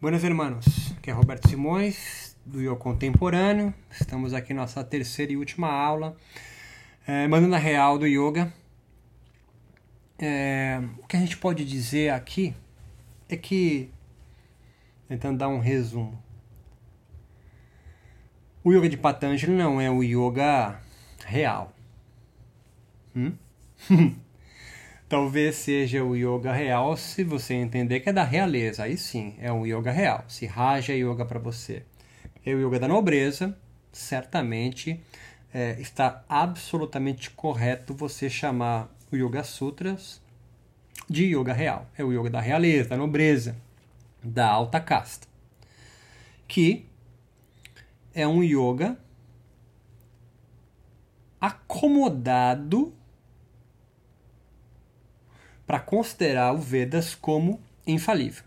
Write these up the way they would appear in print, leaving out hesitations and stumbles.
Buenas hermanos, aqui é Roberto Simões, do Yoga Contemporâneo. Estamos aqui na nossa terceira e última aula, mandando a real do Yoga. O que a gente pode dizer aqui é que, tentando dar um resumo, o Yoga de Patanjali não é o Yoga real. Talvez seja o yoga real se você entender que é da realeza. Aí sim, é um yoga real. Se Raja Yoga para você é o yoga da nobreza, certamente está absolutamente correto você chamar o Yoga Sutras de yoga real. É o yoga da realeza, da nobreza, da alta casta. Que é um yoga acomodado para considerar o Vedas como infalível.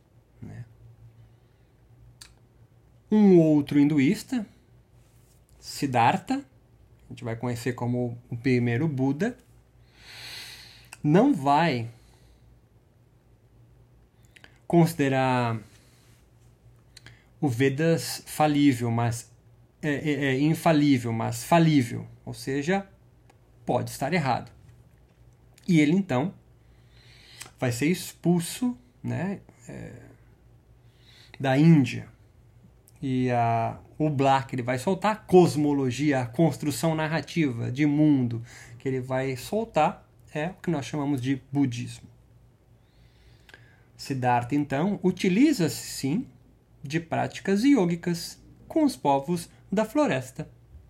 Um outro hinduísta, Siddhartha, a gente vai conhecer como o primeiro Buda, não vai considerar o Vedas falível, mas infalível, mas falível, ou seja, pode estar errado. E ele então vai ser expulso, da Índia. E o Bla que ele vai soltar, a cosmologia, a construção narrativa de mundo que ele vai soltar é o que nós chamamos de budismo. Siddhartha, então, utiliza-se sim de práticas yógicas com os povos da floresta.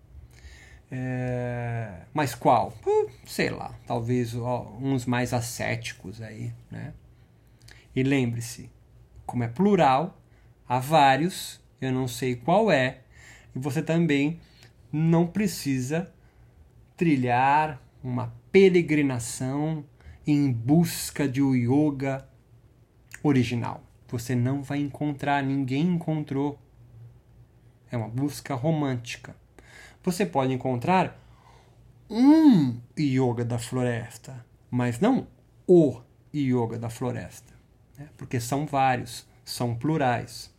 Mas qual? Sei lá, talvez uns mais ascéticos aí, né? E lembre-se, como é plural, há vários, eu não sei qual é, e você também não precisa trilhar uma peregrinação em busca de um yoga original. Você não vai encontrar, ninguém encontrou. É uma busca romântica. Você pode encontrar um yoga da floresta, mas não o yoga da floresta, né? Porque são vários, são plurais.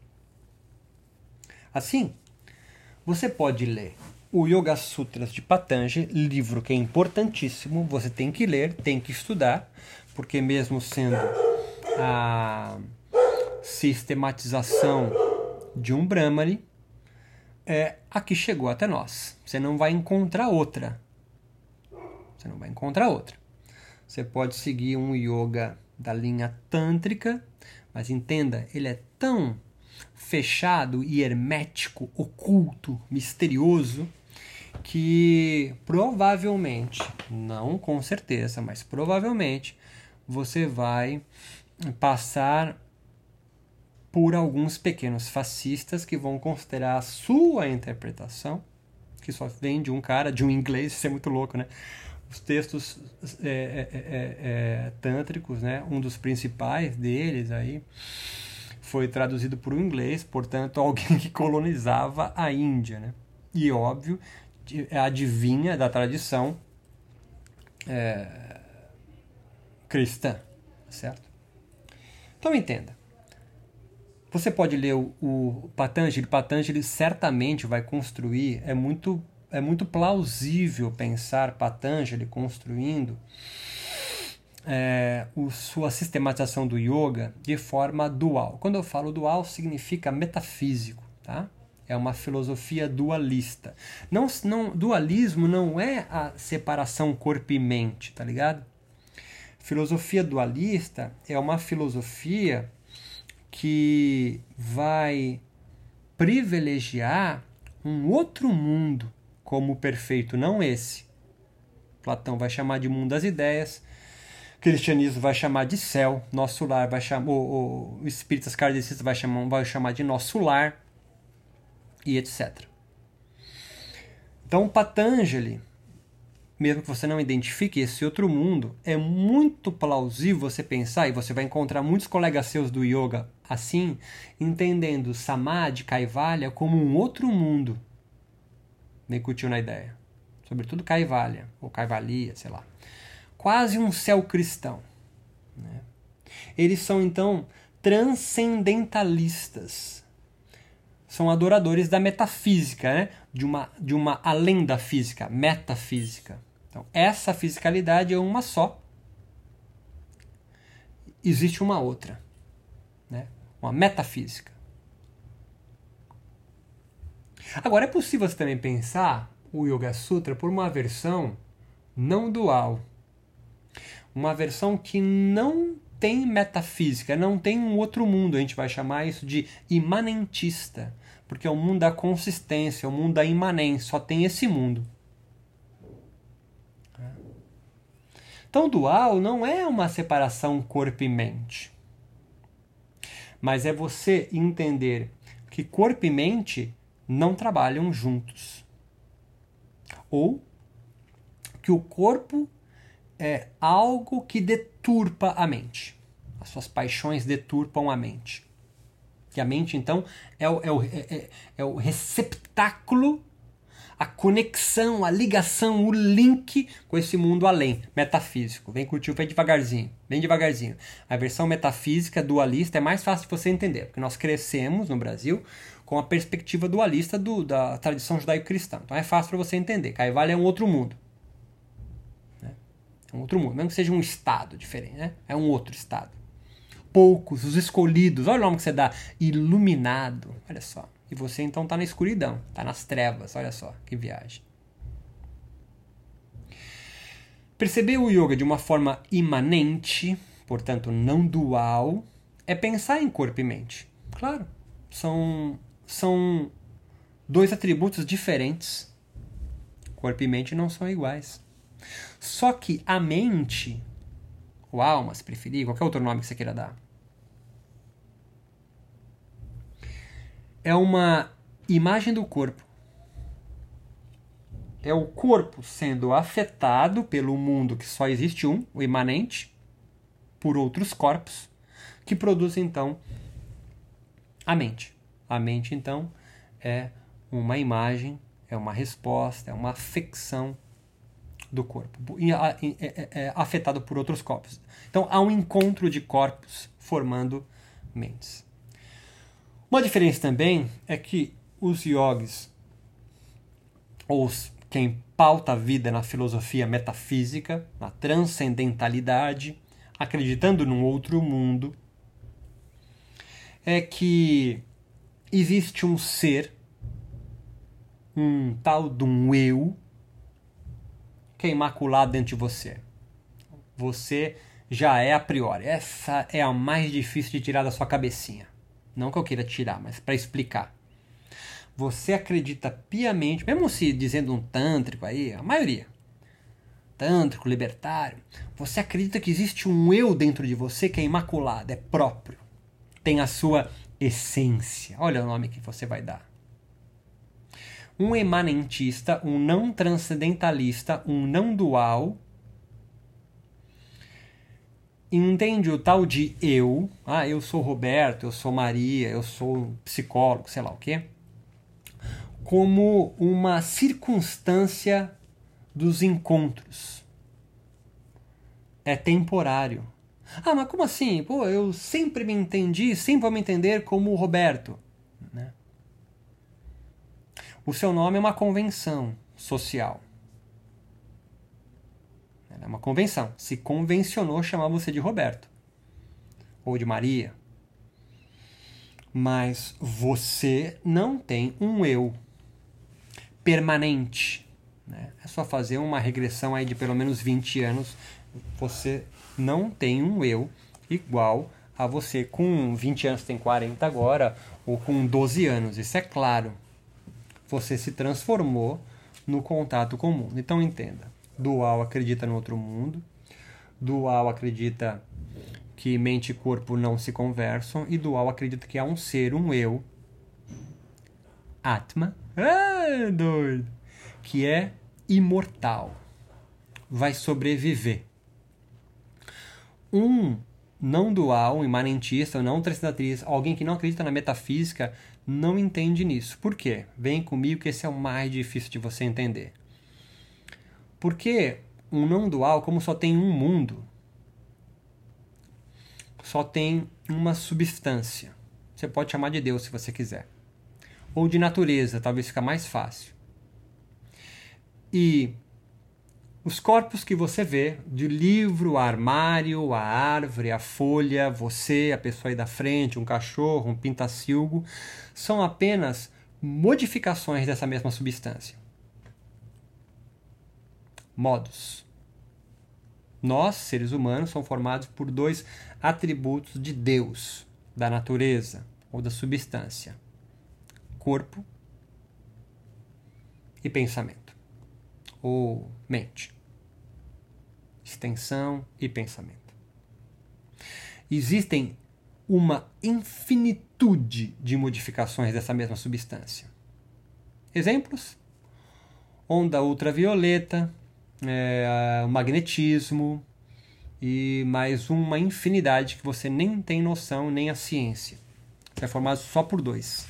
Assim, você pode ler o Yoga Sutras de Patanjali, livro que é importantíssimo, você tem que ler, tem que estudar, porque mesmo sendo a sistematização de um Brahmani, aqui chegou até nós. Você não vai encontrar outra. Você pode seguir um yoga da linha tântrica, mas entenda, ele é tão fechado e hermético, oculto, misterioso, que provavelmente, não com certeza, mas provavelmente, você vai passar por alguns pequenos fascistas que vão considerar a sua interpretação, que só vem de um cara, de um inglês, isso é muito louco, né? Os textos tântricos, né? Um dos principais deles aí foi traduzido por um inglês, portanto, alguém que colonizava a Índia, né? E, óbvio, adivinha da tradição cristã, certo? Então, entenda. Você pode ler o Patanjali. Patanjali certamente vai construir, é muito plausível pensar Patanjali construindo sua sistematização do yoga de forma dual. Quando eu falo dual, significa metafísico, tá? É uma filosofia dualista. Dualismo não é a separação corpo e mente, tá ligado? Filosofia dualista é uma filosofia que vai privilegiar um outro mundo como perfeito, não esse. Platão vai chamar de mundo das ideias, o cristianismo vai chamar de céu, nosso lar vai chamar, o espíritas kardecistas vai chamar de nosso lar, e etc. Então, Patanjali, mesmo que você não identifique esse outro mundo, é muito plausível você pensar, e você vai encontrar muitos colegas seus do yoga assim, entendendo Samadhi, Kaivalya como um outro mundo. Me curtiu na ideia. Sobretudo Kaivalya, ou Kaivalya, sei lá. Quase um céu cristão, né? Eles são, então, transcendentalistas. São adoradores da metafísica, né? de uma além da física, metafísica. Então, essa fisicalidade é uma só. Existe uma outra, né? Uma metafísica. Agora, é possível você também pensar o Yoga Sutra por uma versão não dual. Uma versão que não tem metafísica, não tem um outro mundo. A gente vai chamar isso de imanentista, porque é o mundo da consistência, é o mundo da imanência, só tem esse mundo. Então, dual não é uma separação corpo e mente, mas é você entender que corpo e mente não trabalham juntos. Ou que o corpo é algo que deturpa a mente. As suas paixões deturpam a mente. E a mente, então, é o receptáculo, a conexão, a ligação, o link com esse mundo além, metafísico. Vem curtir, vem devagarzinho, bem devagarzinho. A versão metafísica, dualista, é mais fácil de você entender, porque nós crescemos no Brasil com a perspectiva dualista da tradição judaico-cristã. Então é fácil para você entender. Kaivalya é um outro mundo. Né? É um outro mundo, mesmo que seja um estado diferente, né? É um outro estado. Poucos, os escolhidos, olha o nome que você dá, iluminado, olha só. E você então está na escuridão, está nas trevas, olha só, que viagem. Perceber o yoga de uma forma imanente, portanto não dual, é pensar em corpo e mente. Claro, são dois atributos diferentes. Corpo e mente não são iguais. Só que a mente, ou alma, se preferir, qualquer outro nome que você queira dar, é uma imagem do corpo. É o corpo sendo afetado pelo mundo que só existe um, o imanente, por outros corpos, que produzem, então, a mente. A mente, então, é uma imagem, é uma resposta, é uma afecção do corpo, afetado por outros corpos. Então, há um encontro de corpos formando mentes. Uma diferença também é que os yogis, ou quem pauta a vida na filosofia metafísica, na transcendentalidade, acreditando num outro mundo, é que existe um ser, um tal de um eu, que é imaculado dentro de você. Você já é a priori. Essa é a mais difícil de tirar da sua cabecinha. Não que eu queira tirar, mas para explicar. Você acredita piamente, mesmo se dizendo um tântrico aí, a maioria, tântrico, libertário, você acredita que existe um eu dentro de você que é imaculado, é próprio, tem a sua essência. Olha o nome que você vai dar. Um imanentista, um não transcendentalista, um não dual, entende o tal de eu, eu sou Roberto, eu sou Maria, eu sou psicólogo, sei lá o quê, como uma circunstância dos encontros. É temporário. Mas como assim? Pô, eu sempre me entendi, sempre vou me entender como o Roberto. Né? O seu nome é uma convenção social. É uma convenção. Se convencionou chamar você de Roberto. Ou de Maria. Mas você não tem um eu permanente. Né? É só fazer uma regressão aí de pelo menos 20 anos. Você não tem um eu igual a você com 20 anos, tem 40 agora, ou com 12 anos. Isso é claro. Você se transformou no contato com o mundo. Então entenda. Dual acredita no outro mundo. Dual acredita que mente e corpo não se conversam. E dual acredita que há um ser, um eu, Atma, doido, que é imortal. Vai sobreviver. Um não dual, um imanentista, um não transcendentalista, alguém que não acredita na metafísica, não entende nisso. Por quê? Vem comigo que esse é o mais difícil de você entender. Porque um não dual, como só tem um mundo, só tem uma substância. Você pode chamar de Deus se você quiser. Ou de natureza, talvez fica mais fácil. E os corpos que você vê, de livro, armário, a árvore, a folha, você, a pessoa aí da frente, um cachorro, um pintacilgo, são apenas modificações dessa mesma substância. Modos. Nós, seres humanos, somos formados por 2 atributos de Deus, da natureza ou da substância: corpo e pensamento, ou mente. Extensão e pensamento. Existem uma infinitude de modificações dessa mesma substância. Exemplos: onda ultravioleta, o magnetismo e mais uma infinidade que você nem tem noção, nem a ciência. Você é formado só por 2.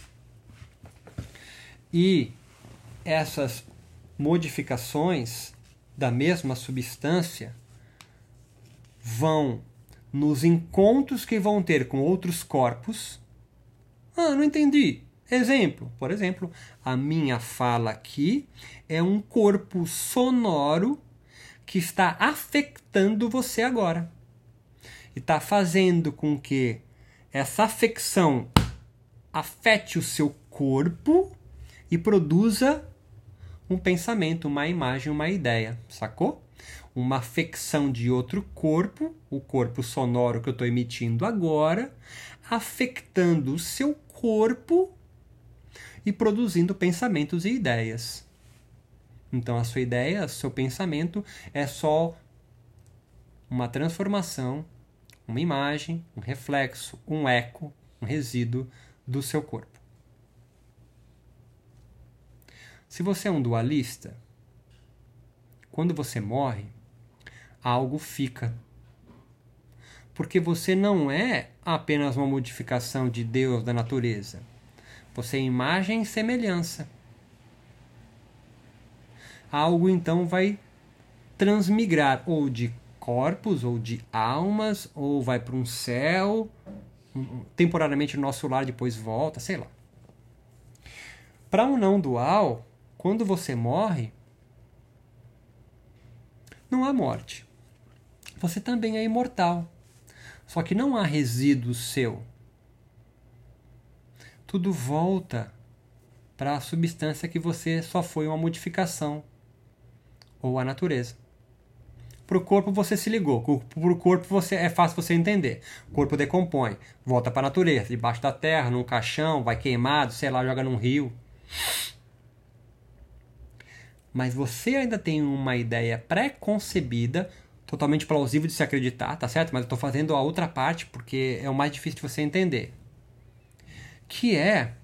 E essas modificações da mesma substância vão nos encontros que vão ter com outros corpos. Não entendi. Exemplo, por exemplo, a minha fala aqui é um corpo sonoro que está afetando você agora. E está fazendo com que essa afecção afete o seu corpo e produza um pensamento, uma imagem, uma ideia. Sacou? Uma afecção de outro corpo, o corpo sonoro que eu estou emitindo agora, afetando o seu corpo e produzindo pensamentos e ideias. Então a sua ideia, o seu pensamento é só uma transformação, uma imagem, um reflexo, um eco, um resíduo do seu corpo. Se você é um dualista, quando você morre, algo fica. Porque você não é apenas uma modificação de Deus, da natureza. Você é imagem e semelhança. Algo então vai transmigrar ou de corpos, ou de almas, ou vai para um céu, temporariamente no nosso lar, depois volta, sei lá. Para um não dual, quando você morre, não há morte. Você também é imortal. Só que não há resíduo seu. Tudo volta para a substância que você só foi uma modificação. Ou a natureza. Para o corpo você se ligou. Para o corpo é fácil você entender. O corpo decompõe. Volta para a natureza. Debaixo da terra, num caixão, vai queimado, sei lá, joga num rio. Mas você ainda tem uma ideia pré-concebida, totalmente plausível de se acreditar, tá certo? Mas eu estou fazendo a outra parte porque é o mais difícil de você entender. Que é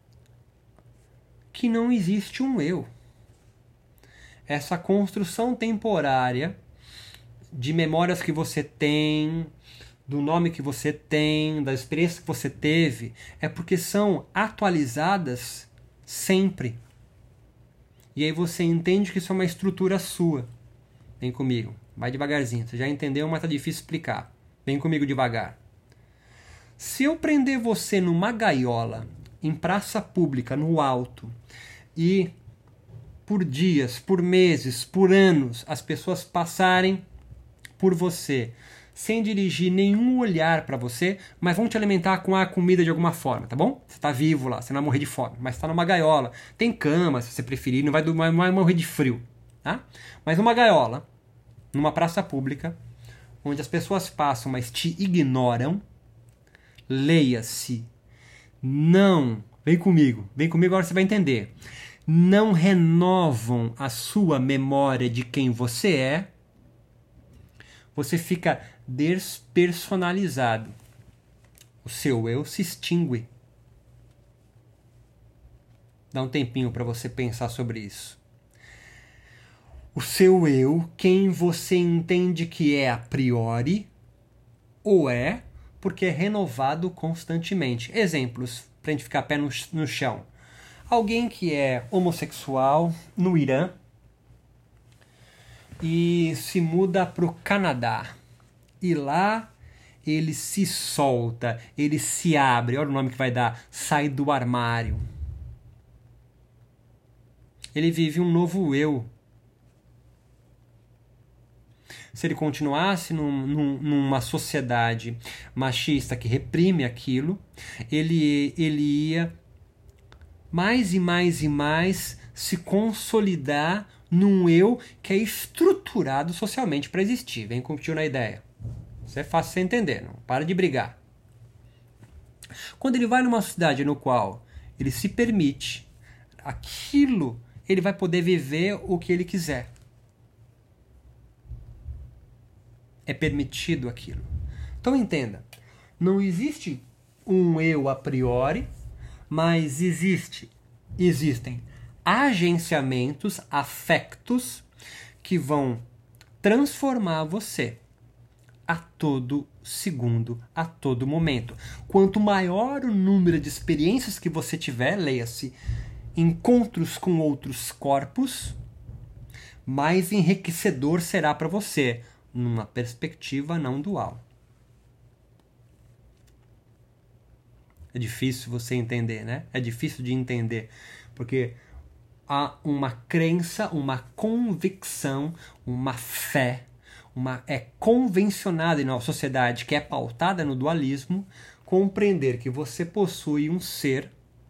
que não existe um eu. Essa construção temporária de memórias que você tem, do nome que você tem, da experiência que você teve, é porque são atualizadas sempre. E aí você entende que isso é uma estrutura sua. Vem comigo, vai devagarzinho. Você já entendeu, mas tá difícil explicar. Vem comigo devagar. Se eu prender você numa gaiola, em praça pública, no alto, e por dias, por meses, por anos, as pessoas passarem por você sem dirigir nenhum olhar para você, mas vão te alimentar com a comida de alguma forma, tá bom? Você tá vivo lá, você não vai morrer de fome, mas tá numa gaiola. Tem cama, se você preferir, não vai morrer de frio, tá? Mas numa gaiola, numa praça pública, onde as pessoas passam, mas te ignoram, leia-se, não, vem comigo agora você vai entender. Não renovam a sua memória de quem você é, você fica despersonalizado. O seu eu se extingue. Dá um tempinho para você pensar sobre isso. O seu eu, quem você entende que é a priori, ou é porque é renovado constantemente. Exemplos, para a gente ficar pé no chão. Alguém que é homossexual no Irã e se muda para o Canadá. E lá ele se solta, ele se abre. Olha o nome que vai dar, sai do armário. Ele vive um novo eu. Se ele continuasse numa sociedade machista que reprime aquilo, ele ia mais e mais e mais se consolidar num eu que é estruturado socialmente para existir. Vem com o tio na ideia. Isso é fácil de você entender, não para de brigar. Quando ele vai numa sociedade no qual ele se permite aquilo, ele vai poder viver o que ele quiser. É permitido aquilo. Então entenda, não existe um eu a priori, mas existem agenciamentos, afectos que vão transformar você a todo segundo, a todo momento. Quanto maior o número de experiências que você tiver, leia-se, encontros com outros corpos, mais enriquecedor será para você, numa perspectiva não dual. É difícil você entender, né? É difícil de entender, porque há uma crença, uma convicção, uma fé, é convencionada em nossa sociedade, que é pautada no dualismo, compreender que você possui um ser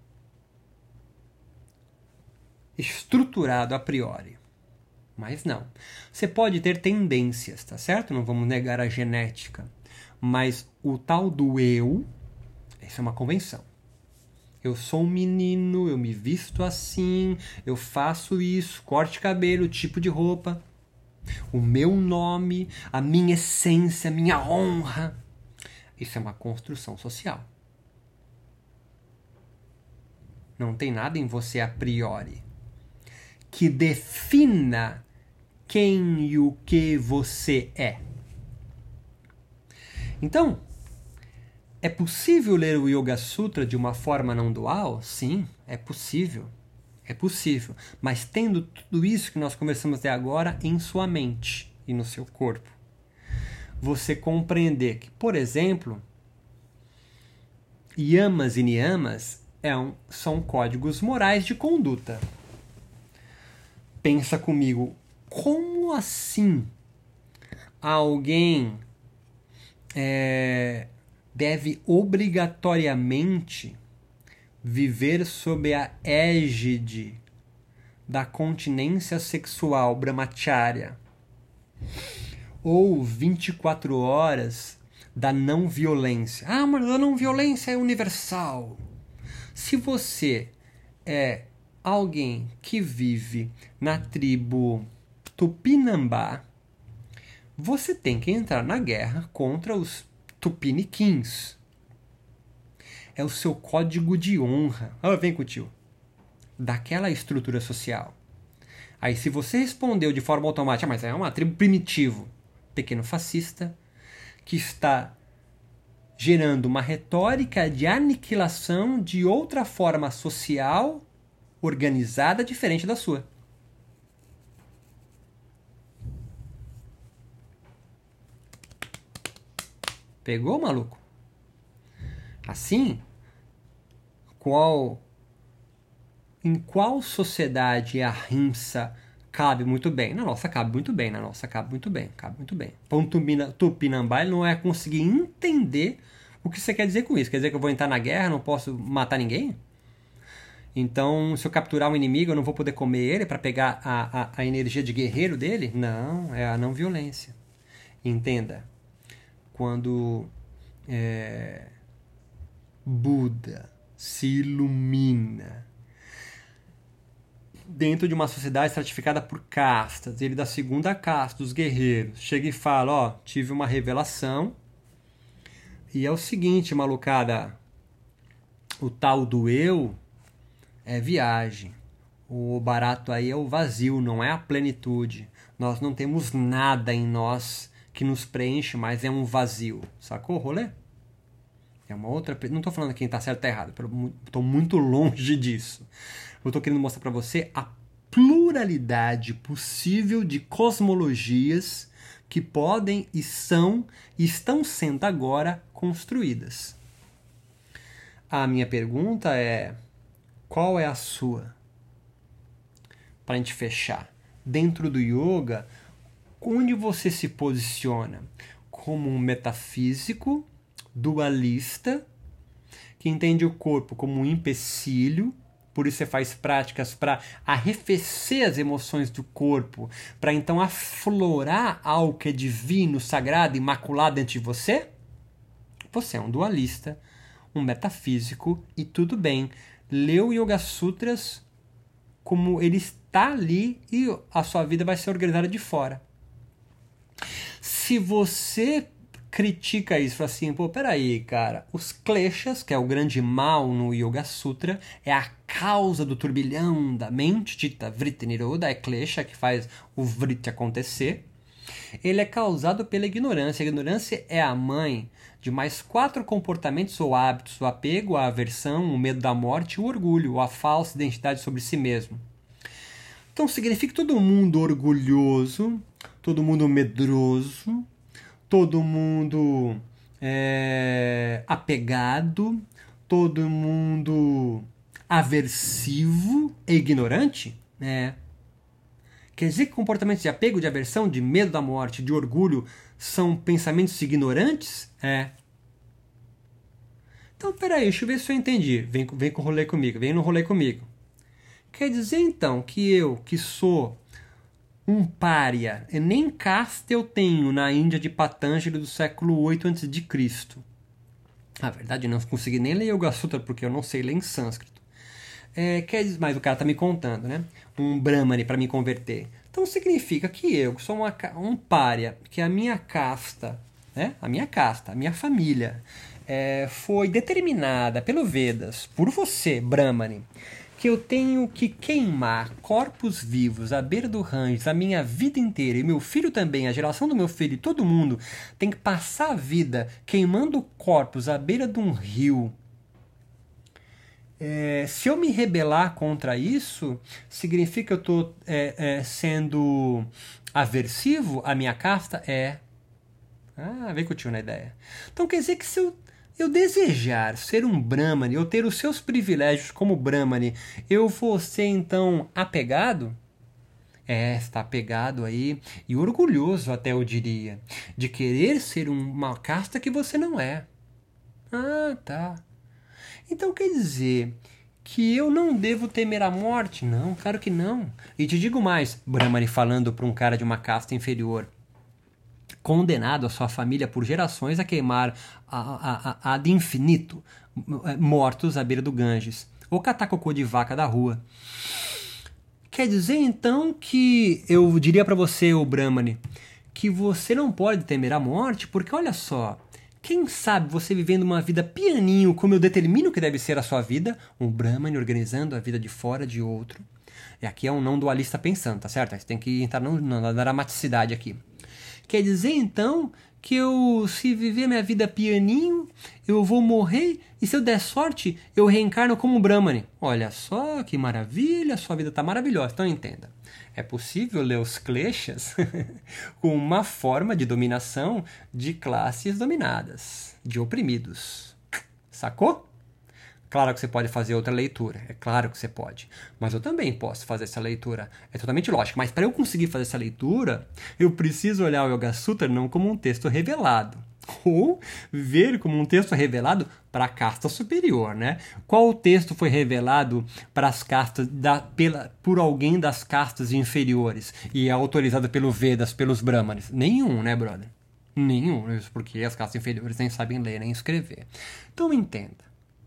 estruturado a priori. Mas não. Você pode ter tendências, tá certo? Não vamos negar a genética. Mas o tal do eu, isso é uma convenção. Eu sou um menino, eu me visto assim, eu faço isso, corte de cabelo, tipo de roupa, o meu nome, a minha essência, a minha honra. Isso é uma construção social. Não tem nada em você a priori que defina quem e o que você é. Então, é possível ler o Yoga Sutra de uma forma não dual? Sim, é possível. É possível. Mas tendo tudo isso que nós conversamos até agora em sua mente e no seu corpo. Você compreender que, por exemplo, yamas e niyamas são códigos morais de conduta. Pensa comigo, como assim alguém deve obrigatoriamente viver sob a égide da continência sexual brahmacharya ou 24 horas da não violência? Ah, mas a não violência é universal. Se você é alguém que vive na tribo Tupinambá, você tem que entrar na guerra contra os Tupiniquins. É o seu código de honra. Vem com o tio. Daquela estrutura social. Aí se você respondeu de forma automática, mas é uma tribo primitivo, pequeno fascista, que está gerando uma retórica de aniquilação de outra forma social organizada diferente da sua. Pegou, maluco? Assim, em qual sociedade a rimsa cabe muito bem? Na nossa cabe muito bem, cabe muito bem. Ponto Tupinambá não é conseguir entender o que você quer dizer com isso. Quer dizer que eu vou entrar na guerra, não posso matar ninguém? Então, se eu capturar um inimigo, eu não vou poder comer ele para pegar a energia de guerreiro dele? Não, é a não violência. Entenda, quando Buda se ilumina dentro de uma sociedade estratificada por castas, ele da segunda casta, dos guerreiros, chega e fala, tive uma revelação, e é o seguinte, malucada, o tal do eu é viagem. O barato aí é o vazio, não é a plenitude. Nós não temos nada em nós que nos preenche, mas é um vazio. Sacou o rolê? É uma outra... Não estou falando quem está certo ou errado, estou muito longe disso. Eu estou querendo mostrar para você a pluralidade possível de cosmologias que podem e estão sendo agora construídas. A minha pergunta é: qual é a sua? Para a gente fechar, dentro do yoga, onde você se posiciona? Como um metafísico, dualista, que entende o corpo como um empecilho, por isso você faz práticas para arrefecer as emoções do corpo, para então aflorar algo que é divino, sagrado, imaculado dentro de você? Você é um dualista, um metafísico, e tudo bem. Lê o Yoga Sutras como ele está ali e a sua vida vai ser organizada de fora. Se você critica isso, fala assim, pô, peraí, cara, os kleshas, que é o grande mal no Yoga Sutra, é a causa do turbilhão da mente, dita Vritti Nirodha, é klesha que faz o Vritti acontecer. Ele é causado pela ignorância. A ignorância é a mãe de mais 4 comportamentos ou hábitos: o apego, a aversão, o medo da morte, o orgulho, a falsa identidade sobre si mesmo. Então significa que todo mundo orgulhoso, todo mundo medroso, todo mundo apegado, todo mundo aversivo e ignorante? Quer dizer que comportamentos de apego, de aversão, de medo da morte, de orgulho são pensamentos ignorantes? Então, peraí, deixa eu ver se eu entendi. Vem com o rolê comigo, vem no rolê comigo. Quer dizer, então, que eu, que sou um pária, e nem casta eu tenho na Índia de Patanjali do século 8 a.C. Na verdade, não consegui nem ler Yoga Sutra porque eu não sei ler em sânscrito. Quer dizer, mas o cara tá me contando, né? Um brahmane para me converter. Então significa que eu, que sou um pária, que a minha casta, né? A minha família, foi determinada pelo Vedas, por você, brahmane, que eu tenho que queimar corpos vivos à beira do Ganges a minha vida inteira, e meu filho também, a geração do meu filho e todo mundo tem que passar a vida queimando corpos à beira de um rio. Se eu me rebelar contra isso, significa que eu estou sendo aversivo à minha casta? Vem com o tio na ideia. Então quer dizer que se eu desejar ser um brahmane, eu ter os seus privilégios como brahmane, eu vou ser então apegado? Está apegado aí, e orgulhoso até eu diria, de querer ser uma casta que você não é. Tá. Então quer dizer que eu não devo temer a morte? Não, claro que não. E te digo mais, Brahmani falando para um cara de uma casta inferior, condenado a sua família por gerações a queimar ad infinito, mortos à beira do Ganges, ou catar cocô de vaca da rua. Quer dizer então que eu diria para você, o Brahmani, que você não pode temer a morte, porque olha só, quem sabe você vivendo uma vida pianinho, como eu determino que deve ser a sua vida, um Brahmani organizando a vida de fora de outro. E aqui é um não dualista pensando, tá certo? Você tem que entrar na dramaticidade aqui. Quer dizer, então, que eu, se viver minha vida pianinho, eu vou morrer e se eu der sorte, eu reencarno como um Brahmani. Olha só, que maravilha, sua vida tá maravilhosa. Então entenda, é possível ler os kleshas com uma forma de dominação de classes dominadas, de oprimidos. Sacou? Claro que você pode fazer outra leitura, é claro que você pode. Mas eu também posso fazer essa leitura, é totalmente lógico. Mas para eu conseguir fazer essa leitura, eu preciso olhar o Yoga Sutra não como um texto revelado, ou ver como um texto revelado para a casta superior, né? Qual texto foi revelado para as castas por alguém das castas inferiores e é autorizado pelo Vedas, pelos Brahmanes? Nenhum, né, brother? Nenhum, isso porque as castas inferiores nem sabem ler nem escrever. Então entenda.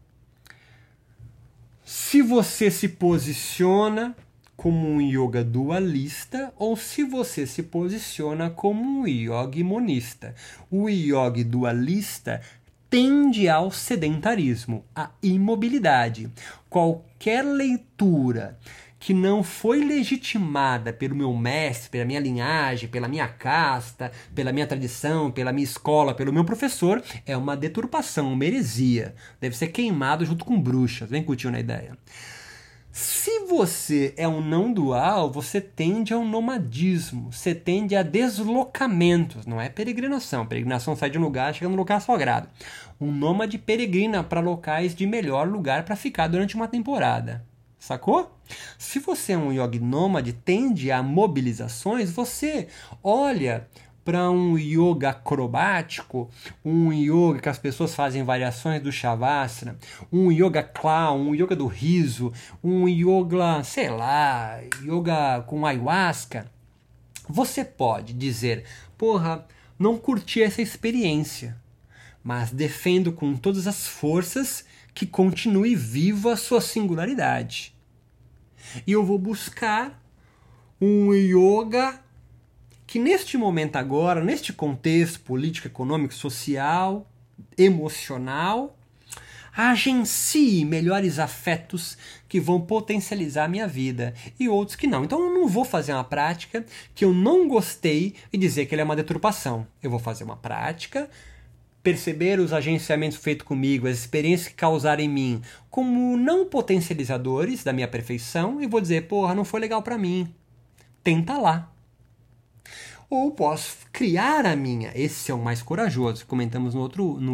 Se você se posiciona como um yoga dualista ou se você se posiciona como um yogi monista. O yogi dualista tende ao sedentarismo, à imobilidade. Qualquer leitura que não foi legitimada pelo meu mestre, pela minha linhagem, pela minha casta, pela minha tradição, pela minha escola, pelo meu professor, é uma deturpação, uma heresia. Deve ser queimado junto com bruxas. Vem curtir na ideia. Se você é um não dual, você tende ao nomadismo, você tende a deslocamentos, não é peregrinação. Peregrinação sai de um lugar, chega no lugar sagrado. Um nômade peregrina para locais de melhor lugar para ficar durante uma temporada. Sacou? Se você é um yogi nômade, tende a mobilizações, você olha para um yoga acrobático, um yoga que as pessoas fazem variações do Shavasana, um yoga clown, um yoga do riso, um yoga, sei lá, yoga com ayahuasca, você pode dizer, porra, não curti essa experiência, mas defendo com todas as forças que continue viva a sua singularidade. E eu vou buscar um yoga que neste momento agora, neste contexto político, econômico, social, emocional, agencie melhores afetos que vão potencializar a minha vida e outros que não. Então eu não vou fazer uma prática que eu não gostei e dizer que ele é uma deturpação. Eu vou fazer uma prática, perceber os agenciamentos feitos comigo, as experiências que causaram em mim como não potencializadores da minha perfeição e vou dizer, porra, não foi legal pra mim. Tenta lá. Ou posso criar a minha. Esse é o mais corajoso. Comentamos no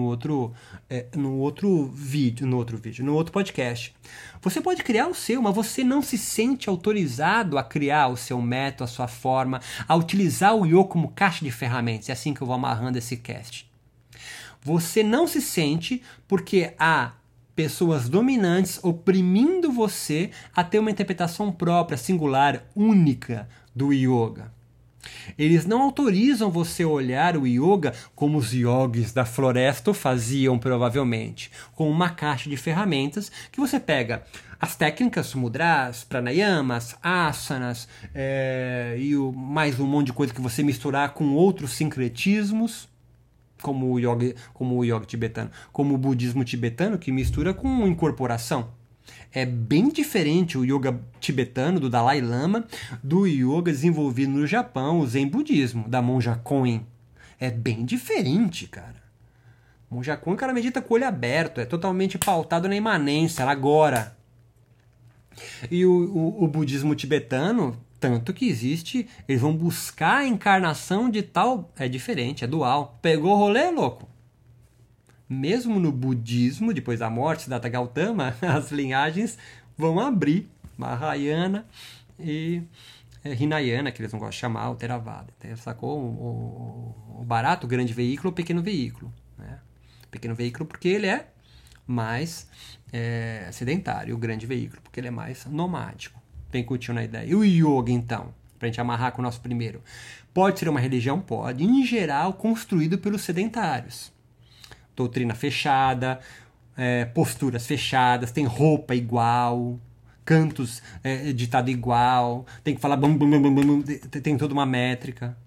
outro podcast. Você pode criar o seu, mas você não se sente autorizado a criar o seu método, a sua forma, a utilizar o yoga como caixa de ferramentas. É assim que eu vou amarrando esse cast. Você não se sente porque há pessoas dominantes oprimindo você a ter uma interpretação própria, singular, única do yoga. Eles não autorizam você olhar o yoga como os yogis da floresta faziam provavelmente, com uma caixa de ferramentas que você pega as técnicas, mudras, pranayamas, asanas mais um monte de coisa que você misturar com outros sincretismos, como o yoga tibetano, como o budismo tibetano, que mistura com incorporação. É bem diferente o yoga tibetano do Dalai Lama do yoga desenvolvido no Japão, o Zen budismo, da monja Koen. É bem diferente, cara. Monja Koen, o cara medita com o olho aberto, é totalmente pautado na imanência, agora. E o budismo tibetano, tanto que existe, eles vão buscar a encarnação de tal... É diferente, é dual. Pegou o rolê, louco? Mesmo no budismo, depois da morte, Siddhartha Gautama, as linhagens vão abrir Mahayana e Hinayana, que eles não gostam de chamar, o Theravada. Então, sacou? O barato, o grande veículo, o pequeno veículo. Né? Pequeno veículo porque ele é mais sedentário, o grande veículo porque ele é mais nomádico. Vem curtindo a ideia. E o yoga, então? Pra gente amarrar com o nosso primeiro. Pode ser uma religião? Pode. Em geral, construído pelos sedentários. Doutrina fechada, posturas fechadas, tem roupa igual, cantos ditado igual, tem que falar bum, bum, bum, bum, tem toda uma métrica.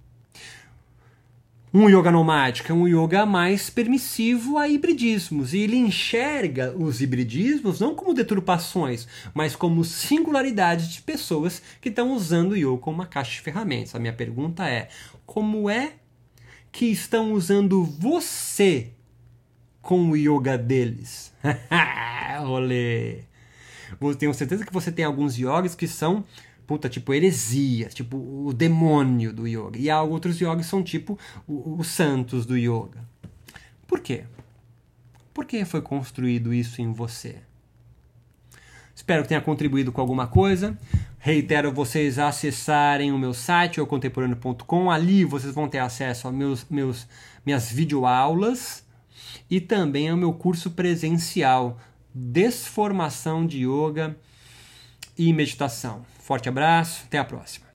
Um yoga nomádico é um yoga mais permissivo a hibridismos, e ele enxerga os hibridismos não como deturpações, mas como singularidades de pessoas que estão usando o yoga como uma caixa de ferramentas. A minha pergunta é, como é que estão usando você com o yoga deles? Rolê! Eu tenho certeza que você tem alguns yogis que são, tipo heresias, tipo o demônio do yoga. E há outros yogis que são tipo os santos do yoga. Por quê? Por que foi construído isso em você? Espero que tenha contribuído com alguma coisa. Reitero vocês acessarem o meu site, eucontemporâneo.com. Ali vocês vão ter acesso a minhas videoaulas e também ao meu curso presencial, Desformação de Yoga e Meditação. Forte abraço, até a próxima.